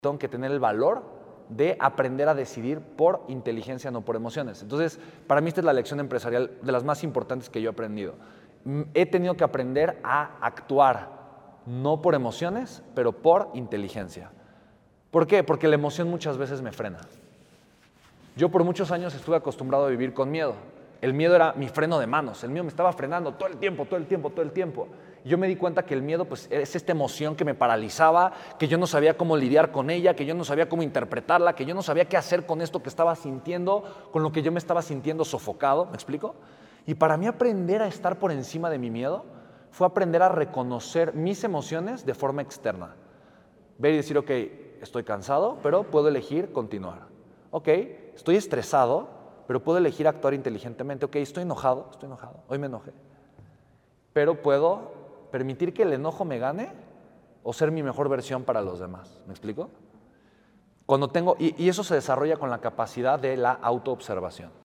tengo que tener el valor de aprender a decidir por inteligencia, no por emociones. Entonces, para mí esta es la lección empresarial de las más importantes que yo he aprendido. He tenido que aprender a actuar, no por emociones, pero por inteligencia. ¿Por qué? Porque la emoción muchas veces me frena. Yo por muchos años estuve acostumbrado a vivir con miedo. El miedo era mi freno de manos. El miedo me estaba frenando todo el tiempo, todo el tiempo, todo el tiempo. Y yo me di cuenta que el miedo pues, es esta emoción que me paralizaba, que yo no sabía cómo lidiar con ella, que yo no sabía cómo interpretarla, que yo no sabía qué hacer con esto que estaba sintiendo, con lo que yo me estaba sintiendo sofocado. ¿Me explico? Y para mí aprender a estar por encima de mi miedo fue aprender a reconocer mis emociones de forma externa. Ver y decir, ok, estoy cansado, pero puedo elegir continuar. Ok, estoy estresado, pero puedo elegir actuar inteligentemente. Ok, estoy enojado, hoy me enojé. Pero puedo permitir que el enojo me gane o ser mi mejor versión para los demás. ¿Me explico? Y eso se desarrolla con la capacidad de la autoobservación.